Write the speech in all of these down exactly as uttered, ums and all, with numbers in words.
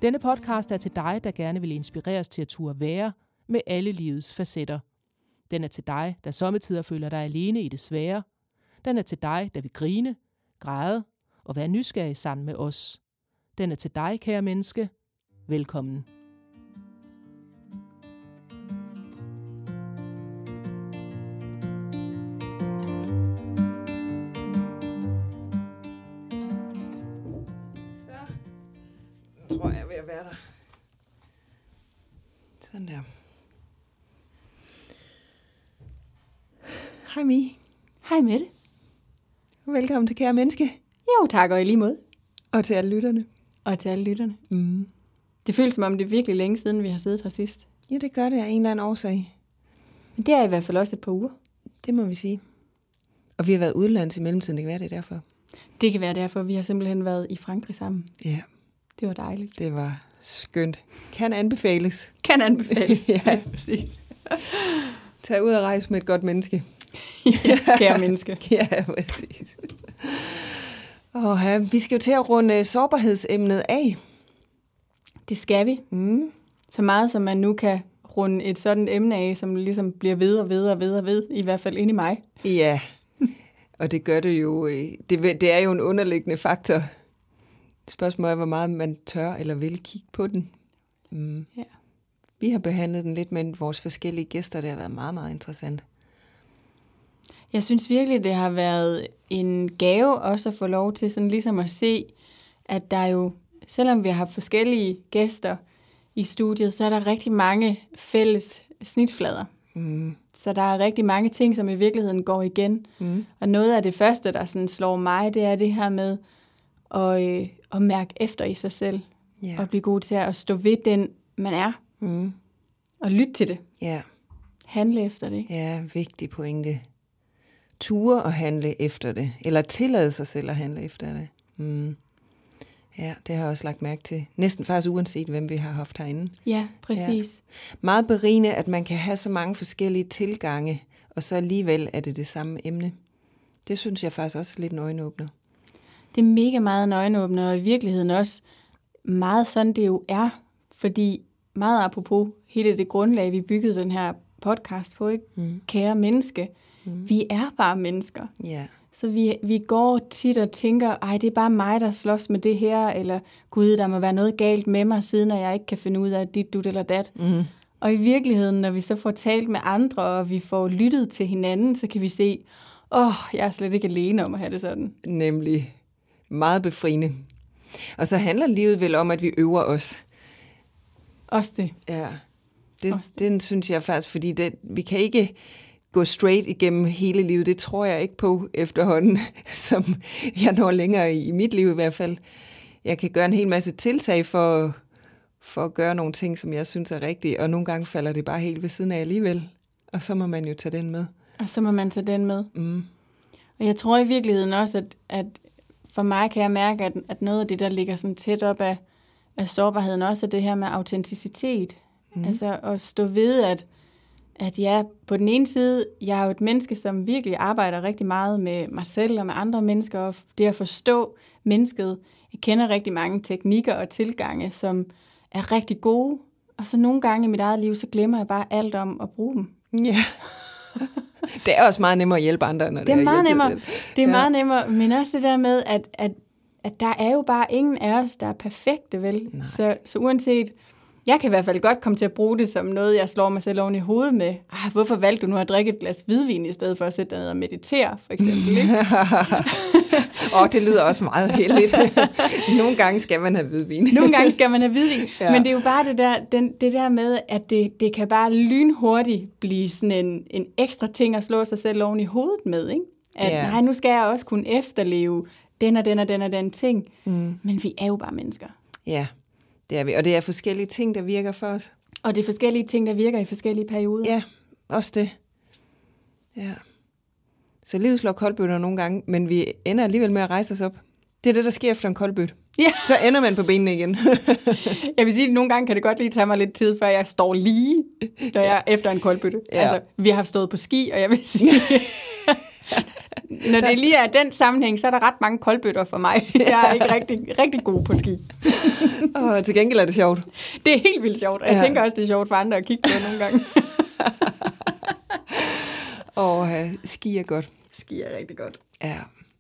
Denne podcast er til dig, der gerne vil inspireres til at turde være med alle livets facetter. Den er til dig, der sommetider føler dig alene i det svære. Den er til dig, der vil grine, græde og være nysgerrig sammen med os. Den er til dig, kære menneske. Velkommen. Så tror jeg, jeg er ved at være der. Sådan der. Hej Mi. Hej Mette. Velkommen til Kære Menneske. Jo, tak og i lige måde. Og til alle lytterne. Og til alle lytterne. Mm. Det føles som om, det er virkelig længe siden, vi har siddet her sidst. Ja, det gør det af en eller anden årsag. Men det er i hvert fald også et par uger. Det må vi sige. Og vi har været udenlands i mellemtiden, det kan være det derfor. Det kan være derfor, vi har simpelthen været i Frankrig sammen. Ja. Det var dejligt. Det var skønt. Kan anbefales. Kan anbefales. Ja, ja, præcis. Tag ud og rejse med et godt menneske. Ja, kære menneske. Ja, præcis. Og ja, vi skal jo til at runde sårbarhedsemnet af. Det skal vi. Mm. Så meget som man nu kan runde et sådan emne af, som ligesom bliver ved og ved og ved og ved, i hvert fald inde i mig. Ja, og det gør det jo, det, det er jo en underliggende faktor. Spørgsmålet er, hvor meget man tør eller vil kigge på den. Mm. Ja. Vi har behandlet den lidt med vores forskellige gæster, det har været meget, meget interessant. Jeg synes virkelig, det har været en gave også at få lov til sådan ligesom at se, at der jo, selvom vi har haft forskellige gæster i studiet, så er der rigtig mange fælles snitflader. Mm. Så der er rigtig mange ting, som i virkeligheden går igen. Mm. Og noget af det første, der sådan slår mig, det er det her med at, øh, at mærke efter i sig selv. Yeah. Og blive god til at stå ved den, man er. Mm. Og lytte til det. Ja. Handle efter det. Ja, vigtig pointe. Ture og handle efter det. Eller tillade sig selv at handle efter det. Mm. Ja, det har jeg også lagt mærke til. Næsten faktisk uanset, hvem vi har haft herinde. Ja, præcis. Ja. Meget berigende, at man kan have så mange forskellige tilgange, og så alligevel er det det samme emne. Det synes jeg faktisk også er lidt en øjenåbner. Det er mega meget en øjenåbner, og i virkeligheden også meget sådan, det jo er. Fordi meget apropos hele det grundlag, vi byggede den her podcast på, ikke? Mm. Kære menneske. Mm. Vi er bare mennesker. Yeah. Så vi, vi går tit og tænker, ej, det er bare mig, der slås med det her, eller gud, der må være noget galt med mig, siden at jeg ikke kan finde ud af dit, dut eller dat. Mm. Og i virkeligheden, når vi så får talt med andre, og vi får lyttet til hinanden, så kan vi se, åh, oh, jeg er slet ikke alene om at have det sådan. Nemlig meget befriende. Og så handler livet vel om, at vi øver os. Også det. Ja, det, Også det. Den synes jeg faktisk, fordi det, vi kan ikke gå straight igennem hele livet. Det tror jeg ikke på efterhånden, som jeg når længere i mit liv i hvert fald. Jeg kan gøre en hel masse tiltag for, for at gøre nogle ting, som jeg synes er rigtige, og nogle gange falder det bare helt ved siden af alligevel. Og så må man jo tage den med. Og så må man tage den med. Mm. Og jeg tror i virkeligheden også, at, at for mig kan jeg mærke, at, at noget af det, der ligger sådan tæt op af, af sårbarheden, også er det her med autenticitet. Mm. Altså at stå ved, at at ja, på den ene side, jeg er jo et menneske, som virkelig arbejder rigtig meget med mig selv og med andre mennesker, og det at forstå mennesket. Jeg kender rigtig mange teknikker og tilgange, som er rigtig gode, og så nogle gange i mit eget liv, så glemmer jeg bare alt om at bruge dem. Ja, det er også meget nemmere at hjælpe andre, når det, det er, er meget nemmere. Selv. Det er ja. meget nemmere, men også det der med, at, at, at der er jo bare ingen af os, der er perfekte, vel? Så, så uanset... Jeg kan i hvert fald godt komme til at bruge det som noget, jeg slår mig selv oven i hovedet med. Ah, hvorfor valgte du nu at drikke et glas hvidvin, i stedet for at sætte dig ned og meditere, for eksempel? Ikke? Åh, det lyder også meget heldigt. Nogle gange skal man have hvidvin. Nogle gange skal man have hvidvin. Ja. Men det er jo bare det der, den, det der med, at det, det kan bare lynhurtigt blive sådan en, en ekstra ting at slå sig selv oven i hovedet med. Ikke? At ja. nej, nu skal jeg også kunne efterleve den og den og den og den ting. Mm. Men vi er jo bare mennesker. Ja. Det er vi, og det er forskellige ting, der virker for os. Og det er forskellige ting, der virker i forskellige perioder. Ja, også det. Ja. Så livet slår koldbøtter nogle gange, men vi ender alligevel med at rejse os op. Det er det, der sker efter en koldbøtte. Ja. Så ender man på benene igen. Jeg vil sige, at nogle gange kan det godt lige tage mig lidt tid, før jeg står lige, når jeg er efter en koldbøtte. Ja. Altså, vi har stået på ski, og jeg vil sige, når det lige er den sammenhæng, så er der ret mange koldbøtter for mig. Jeg er ikke rigtig, rigtig god på ski. Og til gengæld er det sjovt. Det er helt vildt sjovt, og jeg Ja. tænker også, det er sjovt for andre at kigge på nogle gange. Og uh, ski er godt. Ski er rigtig godt. Ja.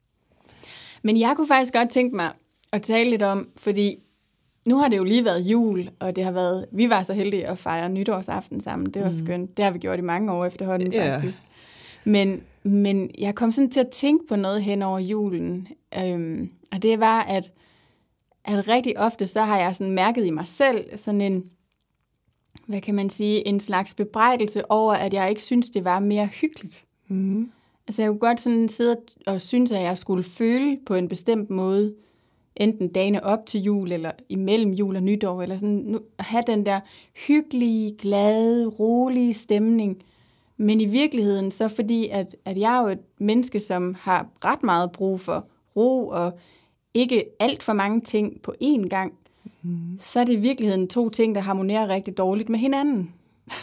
Men jeg kunne faktisk godt tænke mig at tale lidt om, fordi nu har det jo lige været jul, og det har været, vi var så heldige at fejre nytårsaften sammen. Det var mm. skønt. Det har vi gjort i mange år efterhånden, Ja. faktisk. Men, men jeg kom sådan til at tænke på noget hen over julen, øhm, og det var, at, at rigtig ofte så har jeg sådan mærket i mig selv sådan en, hvad kan man sige, en slags bebrejdelse over, at jeg ikke synes, det var mere hyggeligt. Mm. Altså jeg kunne godt sådan sidde og synes, at jeg skulle føle på en bestemt måde, enten dagene op til jul, eller imellem jul og nytår, eller sådan, nu, at have den der hyggelige, glade, rolige stemning. Men i virkeligheden, så fordi, at, at jeg er jo et menneske, som har ret meget brug for ro, og ikke alt for mange ting på én gang, mm. så er det i virkeligheden to ting, der harmonerer rigtig dårligt med hinanden.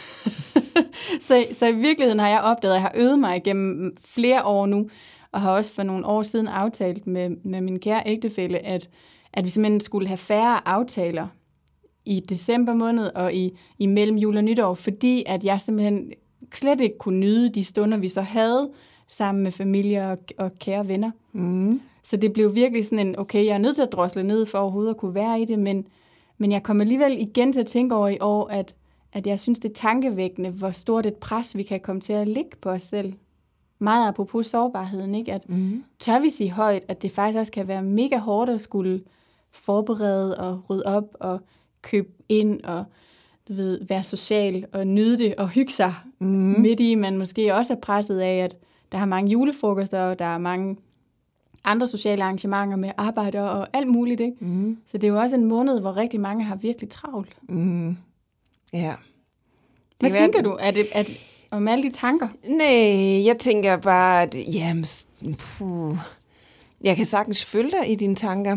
så, så i virkeligheden har jeg opdaget, at jeg har øvet mig igennem flere år nu, og har også for nogle år siden aftalt med, med min kære ægtefælle, at, at vi simpelthen skulle have færre aftaler i december måned og i, i mellem jul og nytår, fordi at jeg simpelthen slet ikke kunne nyde de stunder, vi så havde sammen med familie og, og kære venner. Mm. Så det blev virkelig sådan en, okay, jeg er nødt til at drosle ned for overhovedet at kunne være i det, men, men jeg kom alligevel igen til at tænke over i år, at, at jeg synes, det er tankevækkende, hvor stort et pres vi kan komme til at lægge på os selv. Meget apropos sårbarheden, ikke? At Mm. tør vi sige højt, at det faktisk også kan være mega hårdt at skulle forberede og rydde op og købe ind og du ved, være social og nyde det og hygge sig Mm. midt i, man måske også er presset af, at der er mange julefrokoster, og der er mange andre sociale arrangementer med arbejde og alt muligt, ikke? Mm. Så det er jo også en måned, hvor rigtig mange har virkelig travlt. Mm. Ja. Hvad Det er tænker verden. du at det, at, om alle de tanker? Nej, jeg tænker bare, at jamen, s- puh. jeg kan sagtens følge dig i dine tanker.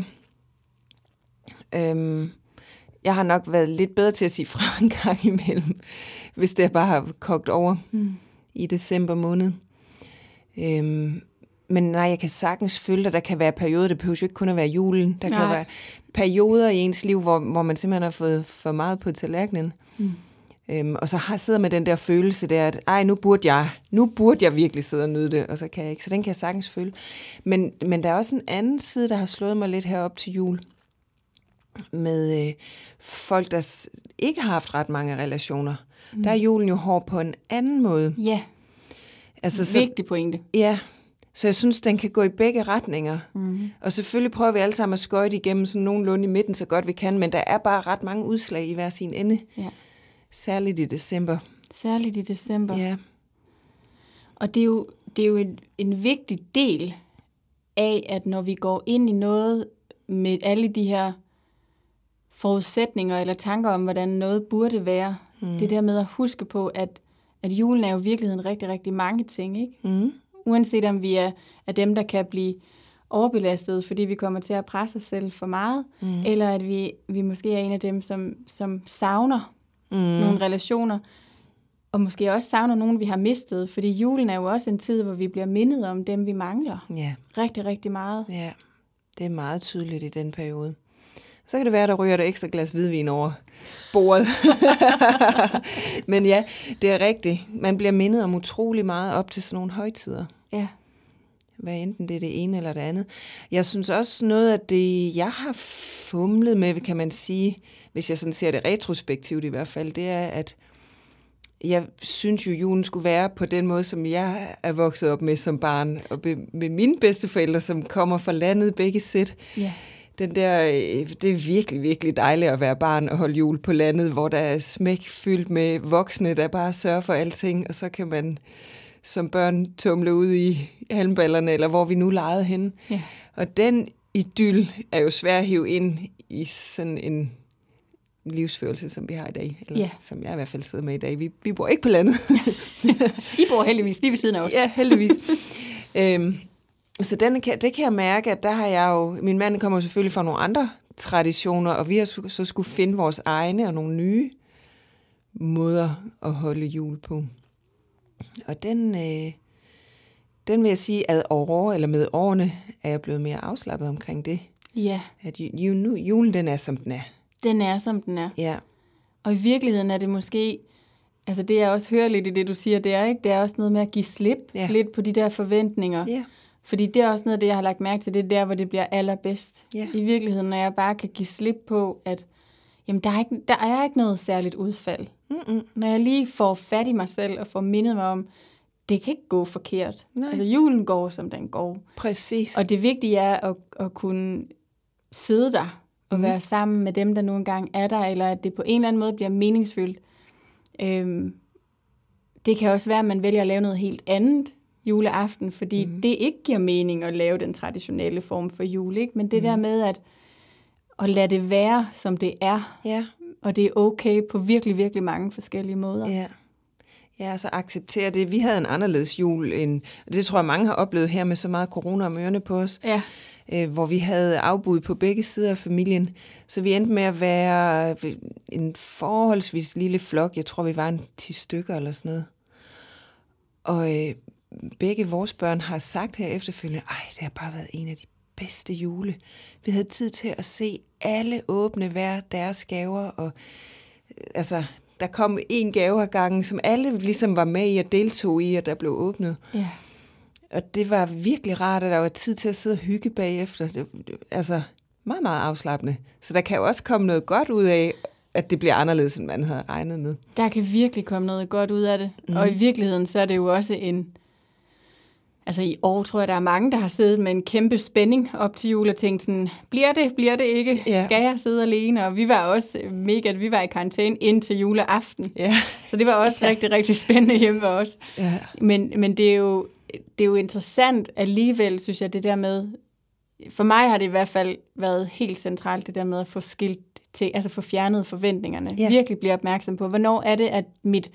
Øhm, jeg har nok været lidt bedre til at sige fra en gang imellem, hvis det bare har kogt over Mm. i december måned. Øhm, men nej, jeg kan sagtens følge dig. Der kan være perioder, det behøver jo ikke kun at være julen. Der Nej. kan være perioder i ens liv, hvor, hvor man simpelthen har fået for meget på tallerkenen. Mm. Øhm, og så har sidder med den der følelse der, at ej, nu burde jeg, nu burde jeg virkelig sidde og nyde det, og så kan jeg ikke. Så den kan jeg sagtens føle. Men, men der er også en anden side, der har slået mig lidt herop til jul, med øh, folk, der s- ikke har haft ret mange relationer. Mm. Der er julen jo hård på en anden måde. Ja, Altså, så, vigtig pointe. ja, så jeg synes, den kan gå i begge retninger. Mm. Og selvfølgelig prøver vi alle sammen at skøjte igennem sådan nogenlunde i midten, så godt vi kan, men der er bare ret mange udslag i hver sin ende. Ja. Særligt i december. Særligt i december. Ja. Og det er jo, det er jo en, en vigtig del af, at når vi går ind i noget med alle de her forudsætninger eller tanker om, hvordan noget burde være, mm. det der med at huske på, at, at julen er jo i virkeligheden rigtig, rigtig mange ting, ikke? Mm. Uanset om vi er, er dem, der kan blive overbelastet, fordi vi kommer til at presse os selv for meget, mm. eller at vi, vi måske er en af dem, som, som savner mm. nogle relationer, og måske også savner nogen, vi har mistet, fordi julen er jo også en tid, hvor vi bliver mindet om dem, vi mangler. Ja. Rigtig, rigtig meget. Ja, det er meget tydeligt i den periode. Så kan det være, der ryger der ekstra glas hvidvin over bordet. Men ja, det er rigtigt. Man bliver mindet om utrolig meget op til sådan nogle højtider. Ja. Hvad enten det er det ene eller det andet. Jeg synes også noget af det, jeg har fumlet med, kan man sige, hvis jeg sådan ser det retrospektivt i hvert fald, det er, at jeg synes jo, julen skulle være på den måde, som jeg er vokset op med som barn, og med mine bedsteforældre, som kommer fra landet begge sæt. Ja. Den der, det er virkelig, virkelig dejligt at være barn og holde jul på landet, hvor der er smæk fyldt med voksne, der bare sørger for alting, og så kan man som børn tumle ud i halmballerne, eller hvor vi nu legede henne. Ja. Og den idyll er jo svær at hive ind i sådan en livsførelse, som vi har i dag, eller Ja. som jeg i hvert fald sidder med i dag. Vi, vi bor ikke på landet. I bor heldigvis lige ved siden af os. Ja, heldigvis. øhm, så den kan, det kan jeg mærke, at der har jeg jo, min mand kommer selvfølgelig fra nogle andre traditioner, og vi har så, så skulle finde vores egne og nogle nye måder at holde jul på. Og den, øh, den vil jeg sige, at over eller med årene er jeg blevet mere afslappet omkring det. Ja. At ju, nu, julen, den er, som den er. Den er, som den er. Ja. Og i virkeligheden er det måske, altså det jeg også hører lidt i det, du siger, det er ikke, det er også noget med at give slip ja. lidt på de der forventninger. Ja. Fordi det er også noget af det, jeg har lagt mærke til, det er der, hvor det bliver allerbedst. Ja. I virkeligheden, når jeg bare kan give slip på, at jamen, der, er ikke, der er ikke noget særligt udfald. Mm-mm. Når jeg lige får fat i mig selv og får mindet mig om, det kan ikke gå forkert. Nej. Altså julen går, som den går. Præcis. Og det vigtige er at, at kunne sidde der og være sammen med dem, der nogle gange er der, eller at det på en eller anden måde bliver meningsfyldt. Øhm, det kan også være, at man vælger at lave noget helt andet juleaften, fordi mm. det ikke giver mening at lave den traditionelle form for jul, ikke? Men det mm. der med at, at lade det være, som det er, ja. og det er okay på virkelig, virkelig mange forskellige måder. Ja. Ja, så acceptere det. Vi havde en anderledes jul, end, og det tror jeg mange har oplevet her med så meget corona om ørerne på os, Ja. øh, hvor vi havde afbud på begge sider af familien. Så vi endte med at være en forholdsvis lille flok. Jeg tror, vi var en ti stykker eller sådan noget. Og øh, begge vores børn har sagt her efterfølgende, ej, det har bare været en af de bedste jule. Vi havde tid til at se alle åbne hver deres gaver, og øh, altså... Der kom en gave ad gangen, som alle ligesom var med i og deltog i, og der blev åbnet. Ja. Og det var virkelig rart, at der var tid til at sidde og hygge bagefter. Det, det, altså meget, meget afslappende. Så der kan jo også komme noget godt ud af, at det bliver anderledes, end man havde regnet med. Der kan virkelig komme noget godt ud af det. Mm. Og i virkeligheden, så er det jo også en... Altså i år tror jeg, der er mange, der har siddet med en kæmpe spænding op til jul og tænkt sådan, bliver det, bliver det ikke? Ja. Skal jeg sidde alene? Og vi var også mega, vi var i karantæne indtil juleaften. Ja. Så det var også ja. rigtig, rigtig spændende hjemme for os. Ja. Men, men det, er jo, det er jo interessant alligevel, synes jeg, det der med, for mig har det i hvert fald været helt centralt, det der med at få skilt til, altså få fjernet forventningerne. Ja. Virkelig blive opmærksom på, hvornår er det, at mit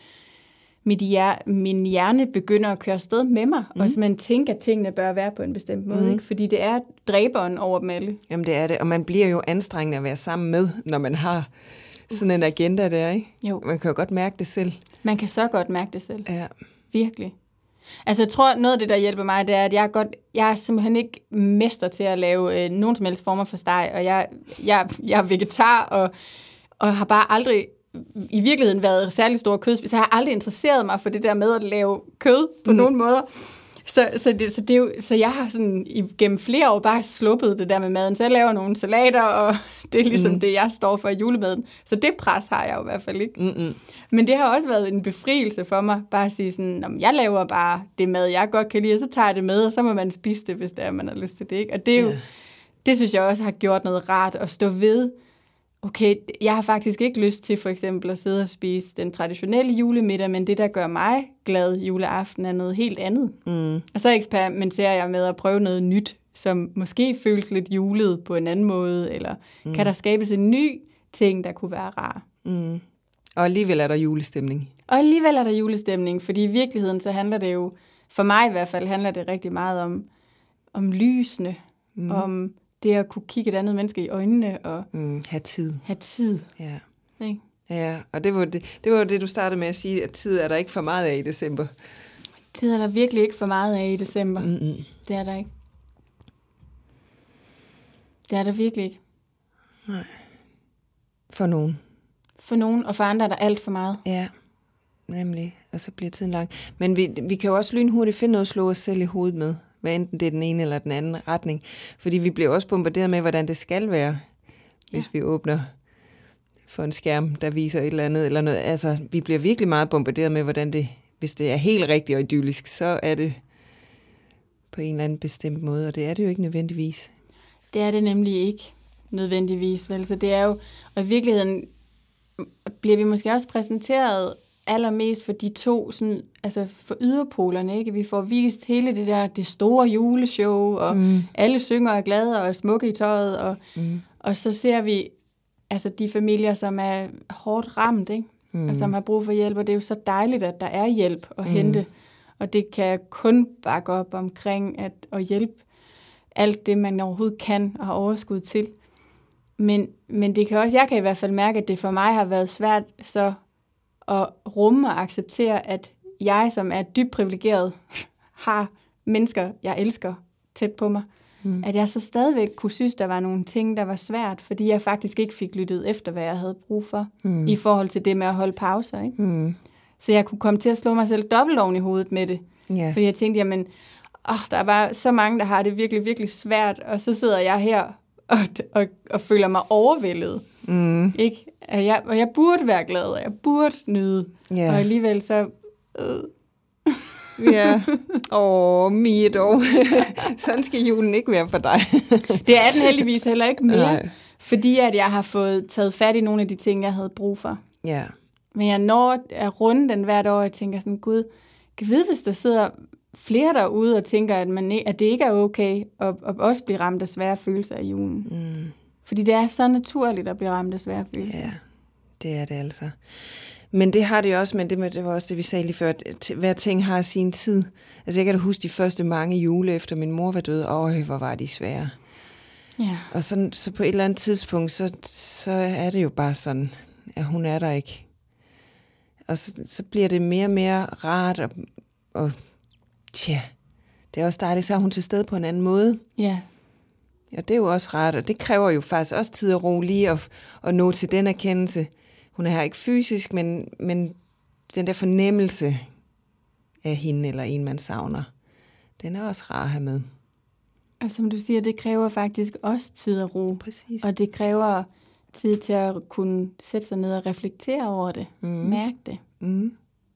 Mit hjer- min hjerne begynder at køre afsted med mig, mm. og så man tænker, at tingene bør være på en bestemt måde, Mm. ikke? Fordi det er dræberen over dem alle. Jamen det er det, og man bliver jo anstrengende at være sammen med, når man har sådan en agenda der, ikke? Jo. Man kan jo godt mærke det selv. Man kan så godt mærke det selv. Ja. Virkelig. Altså jeg tror, noget af det, der hjælper mig, det er, at jeg er, godt, jeg er simpelthen ikke mester til at lave øh, nogen som helst former for steg, og jeg, jeg, jeg er vegetar, og, og har bare aldrig i virkeligheden været særlig stor kødspiser. Jeg har aldrig interesseret mig for det der med at lave kød på mm. nogen måder. Så, så, det, så, det er jo, så jeg har sådan igennem flere år bare sluppet det der med maden. Så jeg laver nogle salater, og det er ligesom mm. det, jeg står for i julemaden. Så det pres har jeg jo i hvert fald ikke. Mm-mm. Men det har også været en befrielse for mig, bare at sige sådan, jeg laver bare det mad, jeg godt kan lide, og så tager jeg det med, og så må man spise det, hvis det er, man har lyst til det. Ikke? Og det er jo, yeah. det synes jeg også har gjort noget rart at stå ved. Okay, jeg har faktisk ikke lyst til for eksempel at sidde og spise den traditionelle julemiddag, men det, der gør mig glad juleaften, er noget helt andet. Mm. Og så eksperimenterer jeg med at prøve noget nyt, som måske føles lidt julet på en anden måde, eller mm. kan der skabes en ny ting, der kunne være rar. Mm. Og alligevel er der julestemning. Og alligevel er der julestemning, fordi i virkeligheden så handler det jo, for mig i hvert fald, handler det rigtig meget om, om lysene, mm. om det at kunne kigge et andet menneske i øjnene og mm, have tid. Have tid. Ja. Ikke? Ja, og det var det, det var det, du startede med at sige, at tid er der ikke for meget af i december. Tid er der virkelig ikke for meget af i december. Mm-mm. Det er der ikke. Det er der virkelig ikke. Nej. For nogen. For nogen, og for andre er der alt for meget. Ja, nemlig. Og så bliver tiden lang. Men vi, vi kan jo også lynhurtigt finde noget at slå os selv i hovedet med. Hvad enten det er den ene eller den anden retning. Fordi vi bliver også bombarderet med, hvordan det skal være, hvis ja. vi åbner for en skærm, der viser et eller andet. Eller noget. Altså, vi bliver virkelig meget bombarderet med, hvordan det, hvis det er helt rigtigt og idyllisk, så er det på en eller anden bestemt måde. Og det er det jo ikke nødvendigvis. Det er det nemlig ikke nødvendigvis. Vel? Så det er jo, og i virkeligheden bliver vi måske også præsenteret allermest for de to, sådan, altså for yderpolerne, ikke? Vi får vist hele det der, det store juleshow, og mm. alle synger og er glade og er smukke i tøjet, og, mm. og så ser vi altså de familier, som er hårdt ramt, ikke? Mm. Og som har brug for hjælp, og det er jo så dejligt, at der er hjælp at mm. hente, og det kan kun bakke op omkring at, at hjælpe alt det, man overhovedet kan og har overskud til. Men, men det kan også, jeg kan i hvert fald mærke, at det for mig har været svært så at rumme og acceptere, at jeg, som er dybt privilegeret, har mennesker, jeg elsker tæt på mig, mm. at jeg så stadigvæk kunne synes, der var nogle ting, der var svært, fordi jeg faktisk ikke fik lyttet efter, hvad jeg havde brug for, mm. i forhold til det med at holde pauser. Ikke? Mm. Så jeg kunne komme til at slå mig selv dobbelt oven i hovedet med det. Yeah. Fordi jeg tænkte, jamen, åh, der er bare så mange, der har det virkelig, virkelig svært, og så sidder jeg her og, og, og føler mig overvældet. Mm. Ikke? Og, jeg, og jeg burde være glad, og jeg burde nyde. Yeah. Og alligevel så... Øh. Ja, åh, Mie dog. Sådan skal julen ikke være for dig. Det er den heldigvis heller ikke mere, Nej. Fordi at jeg har fået taget fat i nogle af de ting, jeg havde brug for. Ja. Men jeg når at runde den hvert år, og jeg tænker sådan, gud, kan vide, hvis der sidder flere derude og tænker, at, man, at det ikke er okay, og, og også blive ramt af svære følelser i julen. Mm. Fordi det er så naturligt at blive ramt af svære følelser. Ja, det er det altså. Men det har det jo også, men det, med, det var også det, vi sagde lige før, at hver ting har sin tid. Altså jeg kan da huske de første mange jule, efter min mor var død, åh, hvor var de svære. Ja. Og så, så på et eller andet tidspunkt, så, så er det jo bare sådan, at hun er der ikke. Og så, så bliver det mere og mere rart, og, og tja, det er også dejligt, så er hun til stede på en anden måde. Ja. Og det er jo også rart, og det kræver jo faktisk også tid og ro lige at, at nå til den erkendelse. Hun er her ikke fysisk, men, men den der fornemmelse af hende eller en, man savner, den er også rar at have med. Og som du siger, det kræver faktisk også tid og ro. Præcis. Og det kræver tid til at kunne sætte sig ned og reflektere over det. Mm. Mærke det. Mm.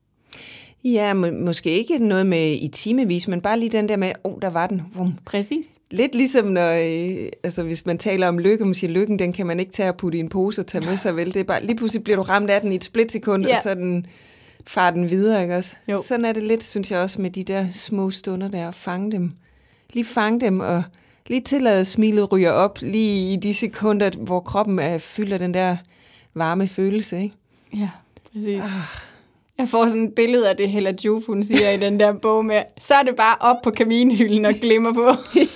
Ja, må, måske ikke noget med i timevis, men bare lige den der med, åh, oh, der var den. Vum. Præcis. Lidt ligesom, når, øh, altså, hvis man taler om lykke, man siger, lykken, den kan man ikke tage og putte i en pose og tage med sig, vel? Det er bare, lige pludselig bliver du ramt af den i et splitsekund, ja. Og så den, farer den videre, ikke også? Jo. Sådan er det lidt, synes jeg også, med de der små stunder der, at fange dem. Lige fange dem, og lige tillade, at smilet ryger op, lige i de sekunder, hvor kroppen er fyldt af den der varme følelse, ikke? Ja, præcis. Ah. Jeg får sådan et billede af det, Hella Joof, hun siger i den der bog med, så er det bare op på kaminhylden og glimmer på.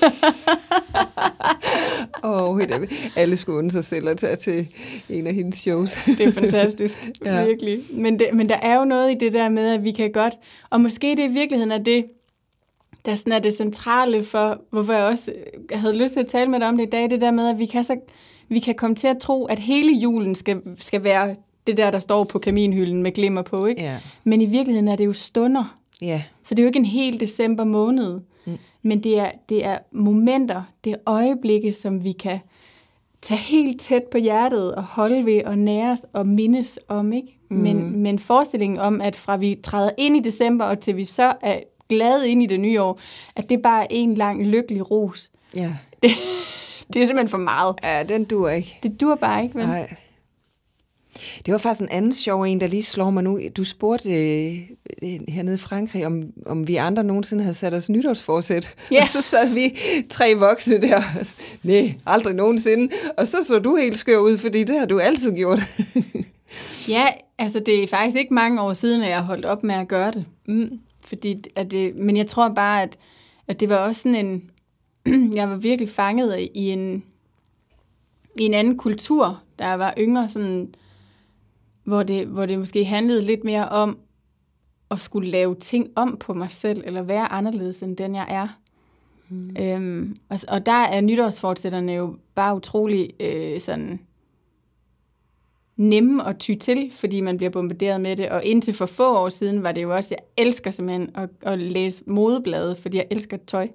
Åh, oh, alle skulle undre sig selv at tage til en af hendes shows. Det er fantastisk, ja. Virkelig. Men, det, men der er jo noget i det der med, at vi kan godt, og måske det i virkeligheden er det, der sådan er det centrale for, hvorfor jeg også jeg havde lyst til at tale med dig om det i dag, det der med, at vi kan, så, vi kan komme til at tro, at hele julen skal, skal være det der, der står på kaminhylden med glimmer på, ikke? Yeah. Men i virkeligheden er det jo stunder. Yeah. Så det er jo ikke en hel december måned. Mm. Men det er, det er momenter, det er øjeblikke, som vi kan tage helt tæt på hjertet og holde ved og næres og mindes om, ikke? Mm. Men, men forestillingen om, at fra vi træder ind i december, og til vi så er glade ind i det nye år, at det bare er en lang lykkelig ros. Yeah. Det, det er simpelthen for meget. Ja, den dur ikke. Det dur bare ikke, vel? Nej. Det var faktisk en anden sjov en, der lige slår mig nu. Du spurgte øh, hernede i Frankrig, om, om vi andre nogensinde havde sat os nytårsforsæt. Yeah. Og så sad vi tre voksne der. Nej, aldrig nogensinde. Og så så du helt skør ud, fordi det har du altid gjort. Ja, altså det er faktisk ikke mange år siden, at jeg holdt op med at gøre det. Mm. Fordi, at det men jeg tror bare, at, at det var også sådan en... jeg var virkelig fanget i en, i en anden kultur, der var yngre sådan... Hvor det, hvor det måske handlede lidt mere om at skulle lave ting om på mig selv, eller være anderledes end den jeg er. Mm. Øhm, og, og der er nytårsfortsætterne jo bare utrolig øh, sådan nemme at ty til, fordi man bliver bombarderet med det. Og indtil for få år siden var det jo også, jeg elsker simpelthen at, at læse modeblade, fordi jeg elsker tøj.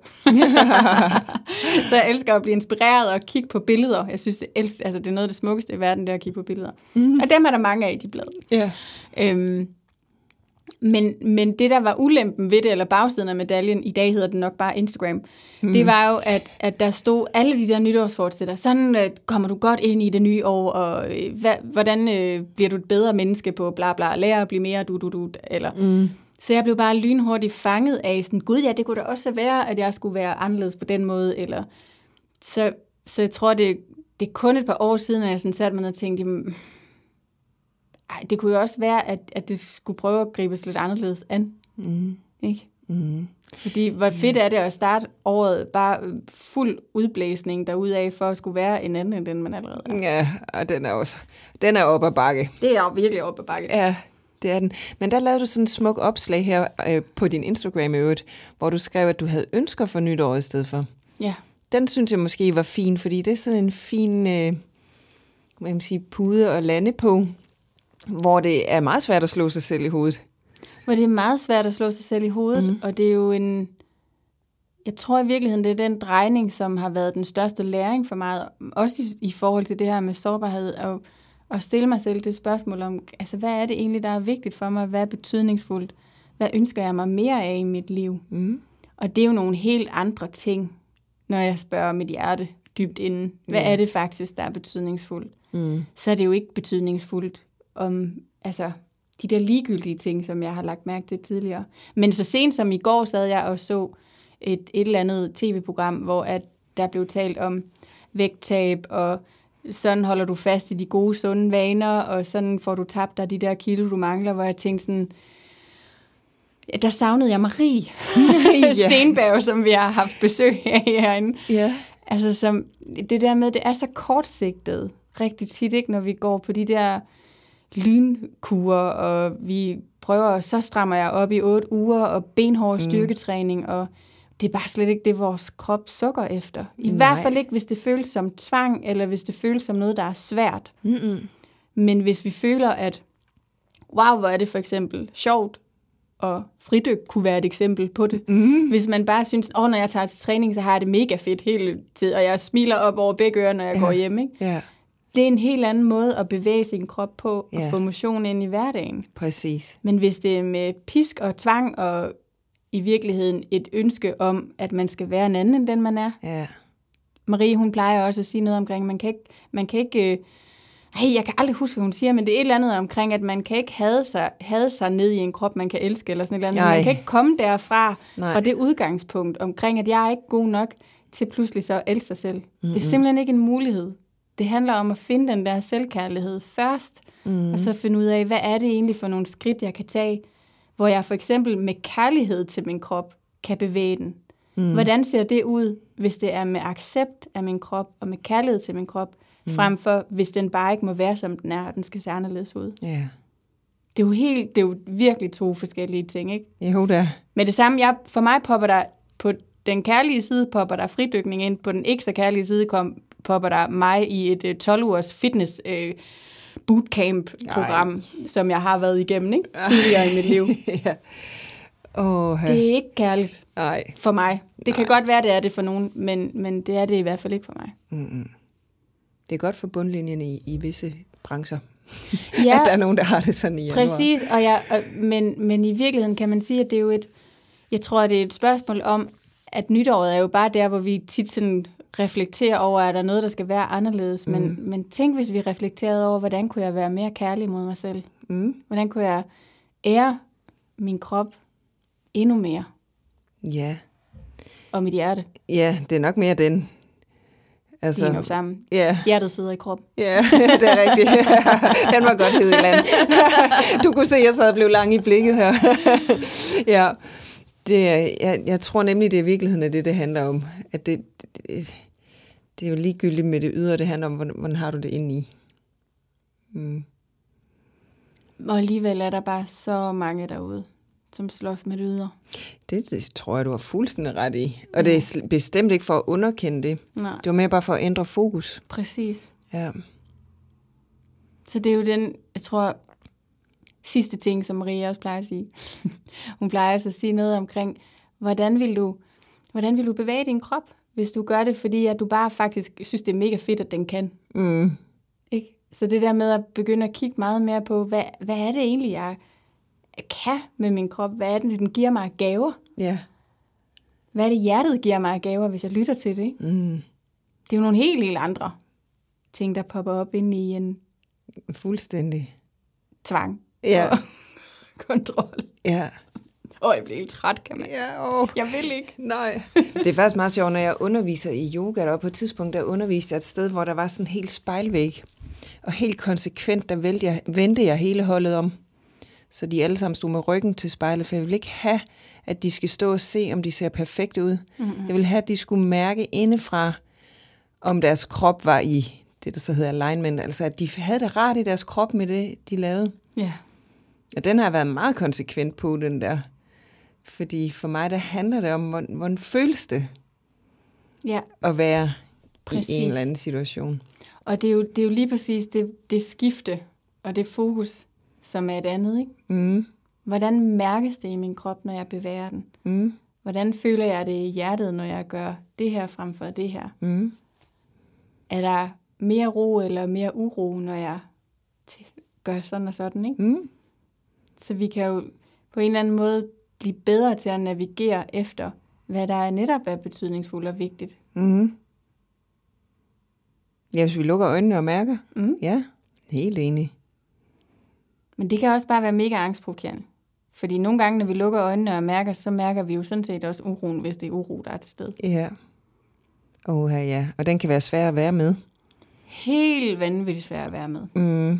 Så jeg elsker at blive inspireret og kigge på billeder. Jeg synes, det, elsker, altså, det er noget af det smukkeste i verden, der at kigge på billeder. Mm. Og dem er der mange af, de blade. Yeah. Øhm, men, men det, der var ulempen ved det, eller bagsiden af medaljen, i dag hedder det nok bare Instagram, mm. det var jo, at, at der stod alle de der nytårsfortsætter. Sådan øh, kommer du godt ind i det nye år, og øh, hva, hvordan øh, bliver du et bedre menneske på bla bla, lære at blive mere du du du, eller... Mm. Så jeg blev bare lynhurtigt fanget af sådan, gud ja, det kunne da også være, at jeg skulle være anderledes på den måde, eller... Så, så jeg tror, det, det er kun et par år siden, at jeg sådan satte mig ned og tænkte, ej, det kunne jo også være, at, at det skulle prøve at gribes lidt anderledes an. Mm. Ikke? Mm. Fordi hvor fedt er det at starte året bare fuld udblæsning derudaf for at skulle være en anden end den, man allerede er. Ja, og den er også den er op ad bakke. Det er jo virkelig op ad bakke. Ja, det er den. Men der lavede du sådan en smuk opslag her øh, på din Instagram i øvrigt, hvor du skrev, at du havde ønsker for nytår i stedet for. Ja. Den synes jeg måske var fin, fordi det er sådan en fin øh, hvad man sige, pude at lande på, hvor det er meget svært at slå sig selv i hovedet. Hvor det er meget svært at slå sig selv i hovedet, mm. og det er jo en... Jeg tror i virkeligheden, det er den drejning, som har været den største læring for mig, også i, i forhold til det her med sårbarhed, og, og stille mig selv det spørgsmål om, altså hvad er det egentlig, der er vigtigt for mig? Hvad er betydningsfuldt? Hvad ønsker jeg mig mere af i mit liv? Mm. Og det er jo nogle helt andre ting, når jeg spørger mit hjerte dybt inden. Hvad yeah. er det faktisk, der er betydningsfuldt? Mm. Så er det jo ikke betydningsfuldt om altså, de der ligegyldige ting, som jeg har lagt mærke til tidligere. Men så sent som i går sad jeg og så et, et eller andet tv-program, hvor at der blev talt om vægttab, og sådan holder du fast i de gode, sunde vaner, og sådan får du tabt dig de der kilo, du mangler, hvor jeg tænkte sådan, der savnede jeg Marie Stenberg, som vi har haft besøg af herinde. Yeah. Altså som, det der med, det er så kortsigtet, rigtig tit, ikke, når vi går på de der lynkurer, og vi prøver, så strammer jeg op i otte uger, og benhård styrketræning, mm. og det er bare slet ikke det, vores krop sukker efter. I Nej. hvert fald ikke, hvis det føles som tvang, eller hvis det føles som noget, der er svært. Mm-mm. Men hvis vi føler, at wow, hvor er det for eksempel sjovt, og fridyk kunne være et eksempel på det. Mm. Hvis man bare synes, åh, når jeg tager til træning, så har jeg det mega fedt hele tiden, og jeg smiler op over begge ører, når jeg ja. går hjem. Ikke? Ja. Det er en helt anden måde at bevæge sin krop på, ja. og få motion ind i hverdagen. Præcis. Men hvis det er med pisk og tvang, og i virkeligheden et ønske om, at man skal være en anden, end den man er. Ja. Marie, hun plejer også at sige noget omkring, man kan ikke, man kan ikke, øh, hey, jeg kan aldrig huske, hvad hun siger, men det er et eller andet omkring, at man kan ikke hade sig, hade sig ned i en krop, man kan elske, eller sådan et eller andet. Man kan ikke komme derfra, Nej. fra det udgangspunkt omkring, at jeg er ikke god nok til pludselig så at elske sig selv. Mm-hmm. Det er simpelthen ikke en mulighed. Det handler om at finde den der selvkærlighed først, mm. og så finde ud af, hvad er det egentlig for nogle skridt, jeg kan tage, hvor jeg for eksempel med kærlighed til min krop kan bevæge den. Mm. Hvordan ser det ud, hvis det er med accept af min krop, og med kærlighed til min krop, mm. frem for hvis den bare ikke må være, som den er, og den skal se anderledes ud. Yeah. Det er jo helt, det er jo virkelig to forskellige ting, ikke? Jo, det er. Med det samme, jeg, for mig popper der, på den kærlige side popper der fridykning ind, på den ikke så kærlige side kom, popper der mig i et tolv ugers fitness øh, bootcamp-program, Ej. som jeg har været igennem, ikke? Tidligere i mit liv. ja. oh, det er ikke kærligt Ej. for mig. Det Nej. kan godt være, det er det for nogen, men, men det er det i hvert fald ikke for mig. Mm-mm. Det er godt for bundlinjen i, i visse brancher, ja, at der er nogen, der har det sådan i januar. Præcis, og jeg, og, men, men i virkeligheden kan man sige, at det er jo et, jeg tror, det er et spørgsmål om, at nytåret er jo bare der, hvor vi tit sådan reflektere over, at der er noget, der skal være anderledes. Men, mm. men tænk, hvis vi reflekterede over, hvordan kunne jeg være mere kærlig mod mig selv? Mm. Hvordan kunne jeg ære min krop endnu mere? Ja. Og mit hjerte. Ja, det er nok mere den. Altså, de er sammen. Yeah. Hjertet sidder i krop. Ja, yeah, det er rigtigt. Den var godt hed i land. Du kunne se, at jeg sad og blev lang i blikket her. ja. Det er, jeg, jeg tror nemlig, det er virkeligheden af det, det handler om. At det, det, det er jo ligegyldigt med det ydre, det handler om, hvordan, hvordan har du det inde i. Mm. Og alligevel er der bare så mange derude, som slås med det ydre. Det, det tror jeg, du har fuldstændig ret i. Og det er bestemt ikke for at underkende det. Nej. Det var mere bare for at ændre fokus. Præcis. Ja. Så det er jo den, jeg tror, sidste ting, som Maria også plejer at sige. Hun plejer også at sige noget omkring, hvordan vil du, hvordan vil du bevæge din krop, hvis du gør det, fordi at du bare faktisk synes, det er mega fedt, at den kan. Mm. Ikke? Så det der med at begynde at kigge meget mere på, hvad, hvad er det egentlig, jeg kan med min krop? Hvad er det, den giver mig af gaver? Yeah. Hvad er det, hjertet giver mig af gaver, hvis jeg lytter til det? Ikke? Mm. Det er jo nogle helt, helt andre ting, der popper op ind i en fuldstændig tvang. Ja. Og kontrol. Ja. Åh, jeg bliver helt træt, kan man. Ja, åh. Jeg vil ikke. Nej. Det er faktisk meget sjovt, når jeg underviser i yoga, og på et tidspunkt, der underviste jeg et sted, hvor der var sådan en helt spejlvæg. Og helt konsekvent, der vendte jeg, vendte jeg hele holdet om. Så de alle sammen stod med ryggen til spejlet, for jeg vil ikke have, at de skal stå og se, om de ser perfekte ud. Mm-hmm. Jeg vil have, at de skulle mærke indefra, om deres krop var i det, der så hedder alignment. Altså, at de havde det rart i deres krop med det, de lavede. Ja. Og den har været meget konsekvent på, den der. Fordi for mig, der handler det om, hvordan, hvordan føles det Ja. at være Præcis. i en eller anden situation. Og det er jo, det er jo lige præcis det, det skifte og det fokus, som er et andet, ikke? Mm. Hvordan mærkes det i min krop, når jeg bevæger den? Mm. Hvordan føler jeg det i hjertet, når jeg gør det her frem for det her? Mm. Er der mere ro eller mere uro, når jeg t- gør sådan og sådan, ikke? Mm. Så vi kan jo på en eller anden måde blive bedre til at navigere efter, hvad der er netop er betydningsfuldt og vigtigt. Mm. Ja, hvis vi lukker øjnene og mærker. Mm. Ja, helt enig. Men det kan også bare være mega angstprovokerende. Fordi nogle gange, når vi lukker øjnene og mærker, så mærker vi jo sådan set også uroen, hvis det er uro, der er til stede. Ja. Åh, ja. Og den kan være svær at være med. Helt vanvittigt svært at være med. Mm.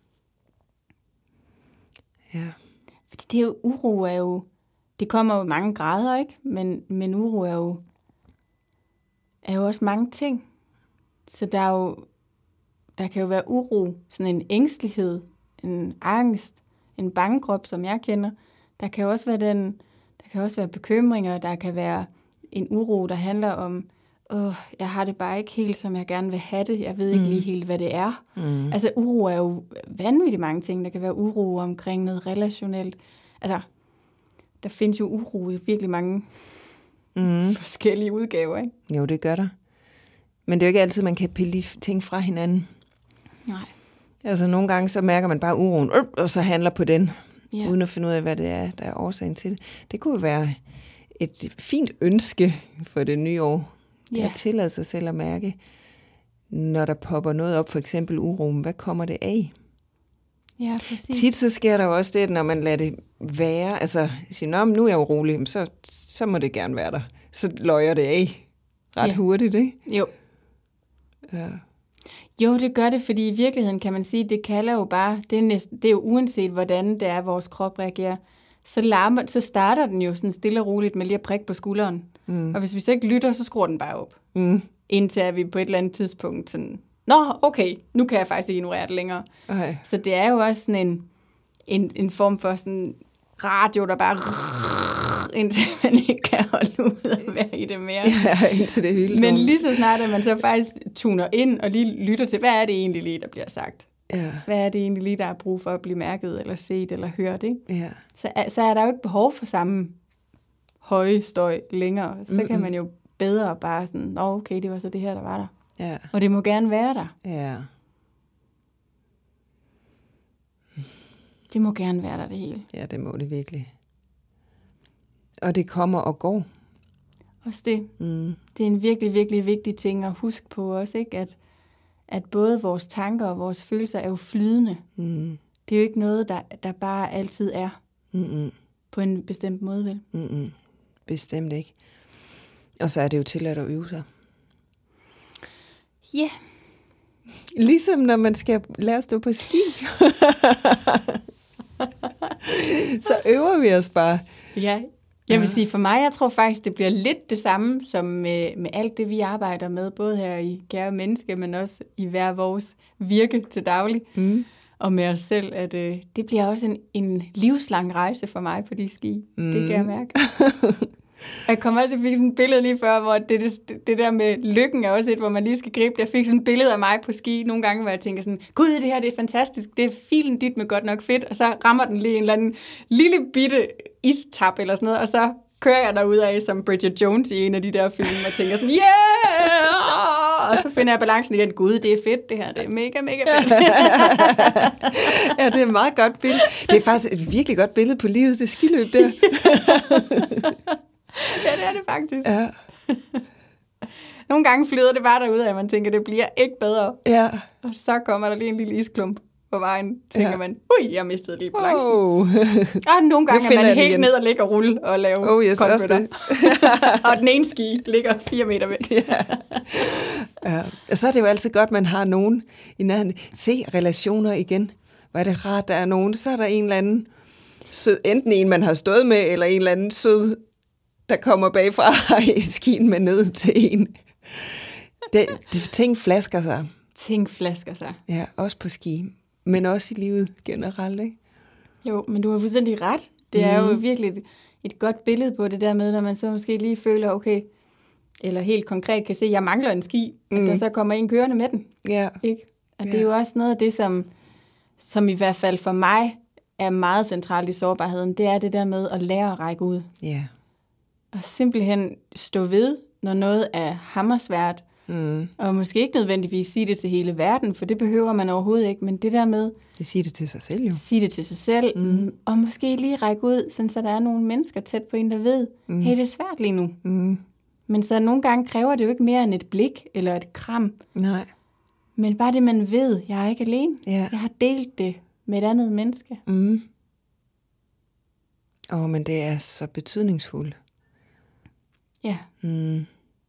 Ja. Fordi det er jo, uro er jo, det kommer jo i mange grader, ikke? Men, men uro er jo, er jo også mange ting. Så der er jo, der kan jo være uro, sådan en ængstelighed, en angst, en bangekrop, som jeg kender. Der kan jo også være den, der kan også være bekymringer, der kan være en uro, der handler om, åh, jeg har det bare ikke helt, som jeg gerne vil have det. Jeg ved ikke Mm. lige helt, hvad det er. Mm. Altså, uro er jo vanvittigt mange ting. Der kan være uro omkring noget relationelt. Altså, der findes jo uro i virkelig mange Mm. forskellige udgaver, ikke? Jo, det gør der. Men det er jo ikke altid, man kan pille ting fra hinanden. Nej. Altså, nogle gange så mærker man bare uroen, øh, og så handler på den, Ja. uden at finde ud af, hvad det er, der er årsagen til det. Det kunne være et fint ønske for det nye år. Det er Ja. at tillade sig selv at mærke, når der popper noget op, for eksempel uroen, hvad kommer det af? Ja, præcis. Tit så sker der jo også det, når man lader det være, altså siger, nå, men nu er jeg urolig, så, så må det gerne være der. Så løjer det af ret Ja. hurtigt, ikke? Jo. Ja. Jo, det gør det, fordi i virkeligheden kan man sige, det kalder jo bare, det er, næsten, det er jo uanset, hvordan det er, vores krop reagerer, så, larmer, så starter den jo sådan stille og roligt med lige at prikke på skulderen. Mm. Og hvis vi så ikke lytter, så skruer den bare op. Mm. Indtil at vi på et eller andet tidspunkt sådan, nå, okay, nu kan jeg faktisk ikke ignorere det længere. Okay. Så det er jo også sådan en, en, en form for sådan radio, der bare indtil man ikke kan holde ud og være i det mere. Ja, indtil det hyldes. Men lige så snart, at man så faktisk tuner ind og lige lytter til, hvad er det egentlig lige, der bliver sagt? Ja, Hvad er det egentlig lige, der er brug for at blive mærket, eller set, eller hørt, ikke? ja. Så, så er der jo ikke behov for samme høje støj længere. Så Mm-mm. kan man jo bedre bare sådan, nå okay, det var så det her, der var der. Ja, Og det må gerne være der. ja. Det må gerne være der, det hele. Ja, det må det virkelig. Og det kommer og går. Også det. Mm. Det er en virkelig, virkelig vigtig ting at huske på også, ikke? At, at både vores tanker og vores følelser er jo flydende. Mm. Det er jo ikke noget, der, der bare altid er Mm-mm. på en bestemt måde, vel? Mm-mm. Bestemt ikke. Og så er det jo tilladt at øve sig. Ja. Yeah. Ligesom når man skal lære at stå på ski. Så øver vi os bare. Ja, jeg vil sige for mig, jeg tror faktisk, det bliver lidt det samme som med, med alt det, vi arbejder med, både her i Kære Menneske, men også i hver vores virke til daglig, Mm. og med os selv, at øh, det bliver også en, en livslang rejse for mig på de ski. Mm. Det kan jeg mærke. Jeg kom også, jeg fik sådan et billede lige før, hvor det, det, det der med lykken er også et, hvor man lige skal gribe det. Jeg fik sådan et billede af mig på ski nogle gange, hvor jeg tænker sådan, gud, det her det er fantastisk, det er filen dyt med godt nok fedt, og så rammer den lige en eller anden lille bitte istap eller sådan noget, og så kører jeg derudad som Bridget Jones i en af de der film, og tænker sådan, yeah! Og så finder jeg balancen igen, gud, det er fedt det her, det er mega, mega fedt. Ja, det er et meget godt billede. Det er faktisk et virkelig godt billede på livet, det skiløb der. Ja, det er det faktisk. Ja. Nogle gange flyder det bare derude, at man tænker, det bliver ikke bedre. Ja. Og så kommer der lige en lille isklump på vejen. Tænker Ja. man, ui, jeg mistede lige balancen. Oh. Og nogle gange er finder man jeg den helt igen. ned og ligger og rulle og lave Oh yes, også konfetter. det. Og den ene ski ligger fire meter væk. Ja. Ja. Og så er det jo altid godt, man har nogen i nærheden. Se relationer igen. Hvor er det rart, der er nogen. Så er der en eller anden sød, enten en, man har stået med, eller en eller anden sød, der kommer bagfra i skien med ned til en. Det, det, ting flasker sig. Ting flasker sig. Ja, også på ski. Men også i livet generelt, ikke? Jo, men du har fuldstændig ret. Det er mm. jo virkelig et, et godt billede på det der med, når man så måske lige føler, okay, eller helt konkret kan se, at jeg mangler en ski, mm. at der så kommer en kørende med den. Ja. Ikke? Og ja. det er jo også noget af det, som, som i hvert fald for mig er meget centralt i sårbarheden, det er det der med at lære at række ud. Ja. Og simpelthen stå ved, når noget er hammersvært, mm. og måske ikke nødvendigvis sige det til hele verden, for det behøver man overhovedet ikke, men det der med... Det siger det til sig selv jo. Sige det til sig selv, mm. og måske lige række ud, sådan, så der er nogle mennesker tæt på en, der ved, mm. hey, det er svært lige nu. Mm. Men så nogle gange kræver det jo ikke mere end et blik, eller et kram. Nej. Men bare det, man ved, jeg er ikke alene. Ja. Jeg har delt det med et andet menneske. Mm. Åh, oh, men det er så betydningsfuldt. Ja. Mm.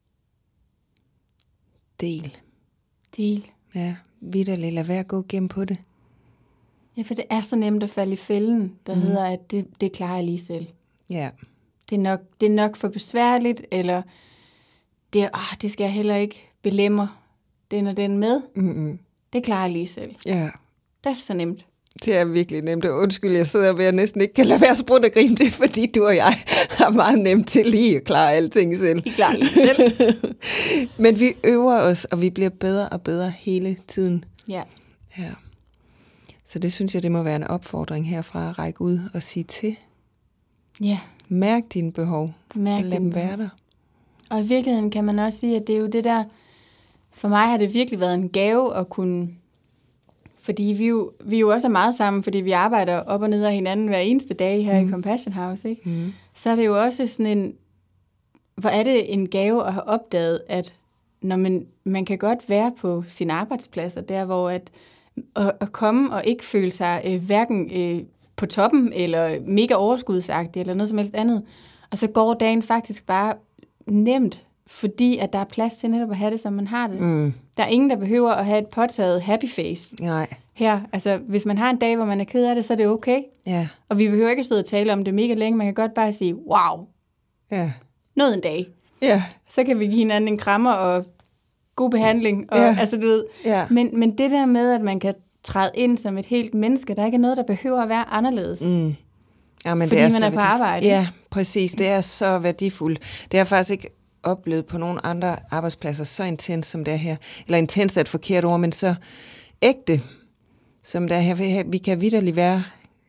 Del. Del. Ja, vitterligt. Lad være at gå gennem på det. Ja, for det er så nemt at falde i fælden, der mm. hedder, at det, det klarer jeg lige selv. Ja. Det er nok, det er nok for besværligt, eller det, åh, det skal jeg heller ikke belemre den og den med. Mm-mm. Det klarer jeg lige selv. Ja. Det er så nemt. Det er virkelig nemt. Undskyld, jeg sidder ved, at jeg næsten ikke kan lade være sprudt og grine det, fordi du og jeg har meget nemt til lige at klare alting selv. I klarer lige selv. Men vi øver os, og vi bliver bedre og bedre hele tiden. Ja. Ja. Så det synes jeg, det må være en opfordring herfra at række ud og sige til. Ja. Mærk dine behov, Mærk og lad dem være der. Og i virkeligheden kan man også sige, at det er jo det der, for mig har det virkelig været en gave at kunne, fordi vi jo, vi jo også er meget sammen, fordi vi arbejder op og ned af hinanden hver eneste dag her mm. i Compassion House, ikke? Mm. Så er det jo også sådan en, hvor er det en gave at have opdaget, at når man, man kan godt være på sine arbejdspladser, der hvor at, at, at komme og ikke føle sig øh, hverken øh, på toppen, eller mega overskudsagtig, eller noget som helst andet, og så går dagen faktisk bare nemt, fordi at der er plads til netop at have det, som man har det. Mm. Der er ingen, der behøver at have et påtaget happy face. Nej. Her, altså hvis man har en dag, hvor man er ked af det, så er det okay. Ja. Og vi behøver ikke at sidde og tale om det mega længe, man kan godt bare sige, wow, ja. Noget en dag. Ja. Så kan vi give hinanden en krammer og god behandling. Og, ja. altså, du ved. Ja. Men, men det der med, at man kan træde ind som et helt menneske, der ikke er noget, der behøver at være anderledes. Mm. Ja, men fordi det er man er på arbejde. Ja, præcis. Det er så værdifuldt. Det har jeg faktisk ikke oplevet på nogle andre arbejdspladser så intens som det er her. Eller intens er et forkert ord, men så ægte som det er her. Vi kan vitterligt være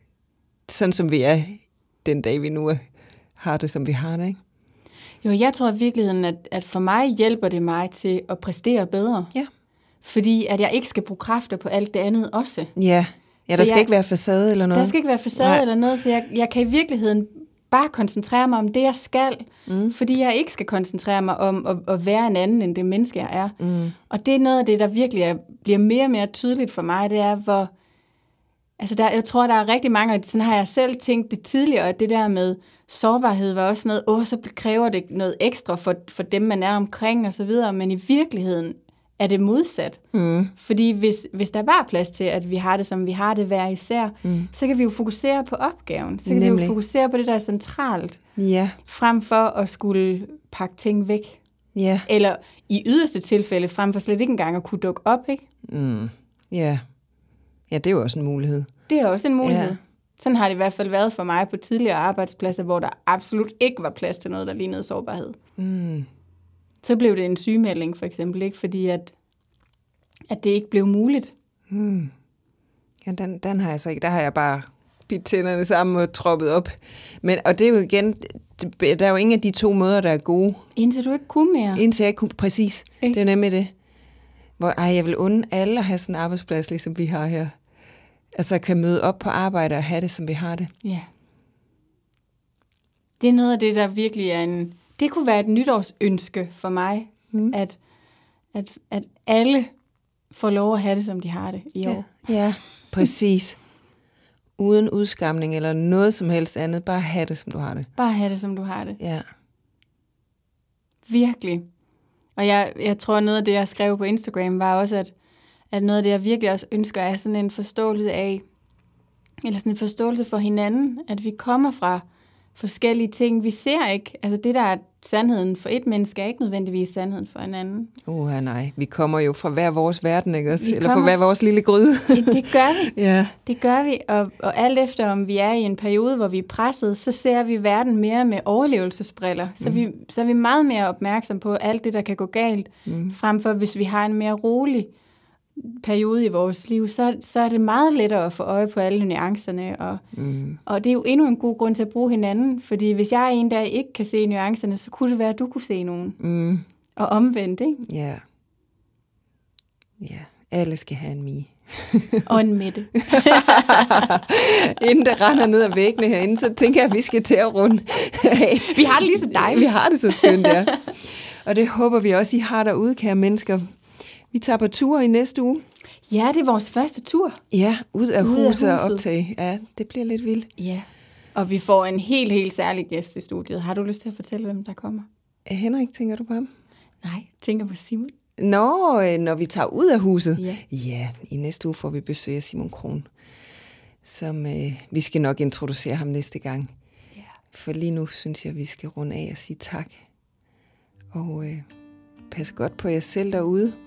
sådan, som vi er den dag, vi nu har det, som vi har det, ikke? Jo, jeg tror i virkeligheden, at, at for mig hjælper det mig til at præstere bedre. Ja. Fordi at jeg ikke skal bruge kræfter på alt det andet også. Ja, ja der så skal jeg, ikke være facade eller noget. Der skal ikke være facade Nej. eller noget, så jeg, jeg kan i virkeligheden bare koncentrere mig om det, jeg skal, mm. fordi jeg ikke skal koncentrere mig om at, at være en anden, end det menneske, jeg er. Mm. Og det er noget af det, der virkelig er, bliver mere og mere tydeligt for mig, det er, hvor... Altså, der, jeg tror, der er rigtig mange, og sådan har jeg selv tænkt det tidligere, at det der med sårbarhed var også noget, åh, så kræver det noget ekstra for, for dem, man er omkring, og så videre, men i virkeligheden er det modsat. Mm. Fordi hvis, hvis der var plads til, at vi har det, som vi har det hver især, mm. så kan vi jo fokusere på opgaven. Så kan Nemlig. vi jo fokusere på det, der er centralt, ja. frem for at skulle pakke ting væk. Ja. Eller i yderste tilfælde, frem for slet ikke engang at kunne dukke op, ikke? Mm. Ja. Ja, det er jo også en mulighed. Det er også en mulighed. Ja. Sådan har det i hvert fald været for mig på tidligere arbejdspladser, hvor der absolut ikke var plads til noget, der lignede sårbarhed. Mm. Så blev det en sygemelding for eksempel, ikke? Fordi at, at det ikke blev muligt. Mm. Ja, den, den har jeg så ikke. Der har jeg bare bidt tænderne sammen og troppet op. Men, og det er jo igen, der er jo ingen af de to måder, der er gode. Indtil du ikke kunne mere. Indtil jeg ikke kunne, præcis. Ikke? Det er nemlig det. Hvor ej, jeg vil unde alle at have sådan en arbejdsplads, ligesom vi har her. Altså kan møde op på arbejde og have det, som vi har det. Ja. Det er noget af det, der virkelig er en... Det kunne være et nytårsønske for mig, mm. at, at, at alle får lov at have det, som de har det i år. Ja, ja, præcis. Uden udskamning eller noget som helst andet. Bare have det, som du har det. Bare have det, som du har det. Ja. Virkelig. Og jeg, jeg tror, noget af det, jeg skrev på Instagram, var også, at, at noget af det, jeg virkelig også ønsker, er sådan en forståelse af, eller sådan en forståelse for hinanden, at vi kommer fra forskellige ting. Vi ser ikke, altså det der er sandheden for et menneske, er ikke nødvendigvis sandheden for en anden. Åh oh, nej, vi kommer jo fra hver vores verden, ikke også? Vi Eller fra hver vores lille gryde. det, det gør vi. Ja. Det gør vi, og, og alt efter om vi er i en periode, hvor vi er presset, så ser vi verden mere med overlevelsesbriller. Så, mm. vi, så er vi meget mere opmærksom på alt det, der kan gå galt, mm. frem for hvis vi har en mere rolig periode i vores liv, så, så er det meget lettere at få øje på alle nuancerne, og, mm. og det er jo endnu en god grund til at bruge hinanden, fordi hvis jeg en dag ikke kan se nuancerne, så kunne det være, at du kunne se nogen. Mm. Og omvendt, ikke? Ja. Ja, alle skal have en Mie. Og en Mette. Inden der render ned ad væggene herinde, så tænker jeg, at vi skal til at runde af. Vi har det lige så dejligt. Vi har det så skønt, ja. Og det håber vi også, I har derude, kære mennesker. Vi tager på tur i næste uge. Ja, det er vores første tur. Ja, ud af, ud huset, af huset og optage. Ja, det bliver lidt vildt. Ja, og vi får en helt, helt særlig gæst i studiet. Har du lyst til at fortælle, hvem der kommer? Henrik, tænker du på ham? Nej, tænker på Simon. Nå, når vi tager ud af huset. Ja. Ja, i næste uge får vi besøg af Simon Kron, som øh, vi skal nok introducere ham næste gang. Ja. For lige nu synes jeg, vi skal runde af og sige tak. Og øh, pas godt på jer selv derude.